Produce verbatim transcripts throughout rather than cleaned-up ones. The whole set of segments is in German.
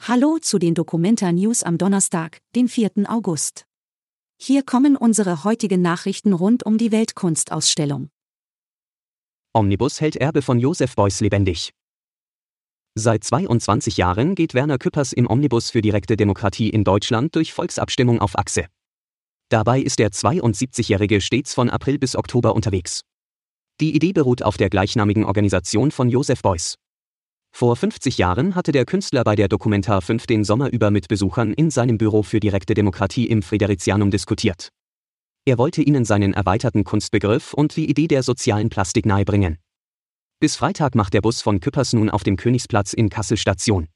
Hallo zu den Documenta News am Donnerstag, den vierten August. Hier kommen unsere heutigen Nachrichten rund um die Weltkunstausstellung. Omnibus hält Erbe von Joseph Beuys lebendig. Seit zweiundzwanzig Jahren geht Werner Küppers im Omnibus für direkte Demokratie in Deutschland durch Volksabstimmung auf Achse. Dabei ist der zweiundsiebzigjährige stets von April bis Oktober unterwegs. Die Idee beruht auf der gleichnamigen Organisation von Joseph Beuys. Vor fünfzig Jahren hatte der Künstler bei der Documenta fünf den Sommer über mit Besuchern in seinem Büro für direkte Demokratie im Friderizianum diskutiert. Er wollte ihnen seinen erweiterten Kunstbegriff und die Idee der sozialen Plastik nahebringen. Bis Freitag macht der Bus von Küppers nun auf dem Königsplatz in Kassel Station.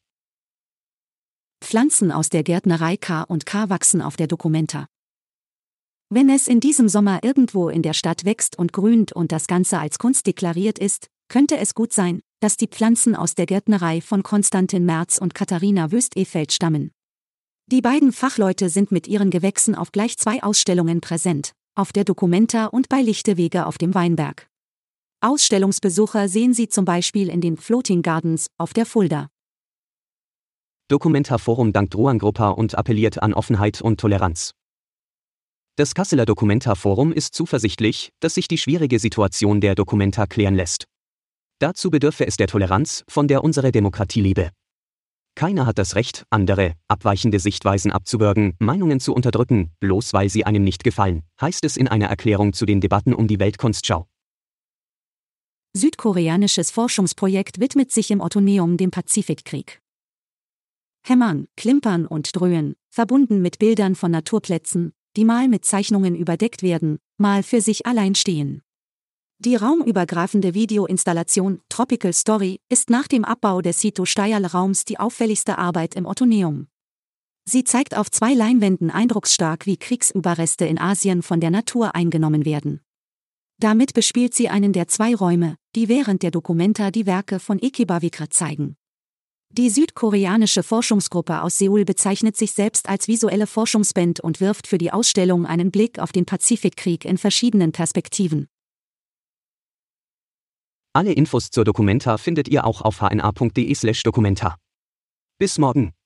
Pflanzen aus der Gärtnerei K und K wachsen auf der Documenta. Wenn es in diesem Sommer irgendwo in der Stadt wächst und grünt und das Ganze als Kunst deklariert ist, könnte es gut sein, dass die Pflanzen aus der Gärtnerei von Konstantin Merz und Katharina Wüst-Efeld stammen. Die beiden Fachleute sind mit ihren Gewächsen auf gleich zwei Ausstellungen präsent, auf der Documenta und bei Lichtewege auf dem Weinberg. Ausstellungsbesucher sehen sie zum Beispiel in den Floating Gardens auf der Fulda. Documenta Forum dankt Ruan Gruppa und appelliert an Offenheit und Toleranz. Das Kasseler Documenta Forum ist zuversichtlich, dass sich die schwierige Situation der Documenta klären lässt. Dazu bedürfe es der Toleranz, von der unsere Demokratie lebe. Keiner hat das Recht, andere, abweichende Sichtweisen abzuwürgen, Meinungen zu unterdrücken, bloß weil sie einem nicht gefallen, heißt es in einer Erklärung zu den Debatten um die Weltkunstschau. Südkoreanisches Forschungsprojekt widmet sich im Ottoneum dem Pazifikkrieg. Hämmern, Klimpern und Dröhnen, verbunden mit Bildern von Naturplätzen, die mal mit Zeichnungen überdeckt werden, mal für sich allein stehen. Die raumübergreifende Videoinstallation Tropical Story ist nach dem Abbau des Sito-Steyerl-Raums die auffälligste Arbeit im Ottoneum. Sie zeigt auf zwei Leinwänden eindrucksstark, wie Kriegsüberreste in Asien von der Natur eingenommen werden. Damit bespielt sie einen der zwei Räume, die während der Documenta die Werke von Ekebavikra zeigen. Die südkoreanische Forschungsgruppe aus Seoul bezeichnet sich selbst als visuelle Forschungsband und wirft für die Ausstellung einen Blick auf den Pazifikkrieg in verschiedenen Perspektiven. Alle Infos zur Documenta findet ihr auch auf h n a punkt d e slash documenta. Bis morgen.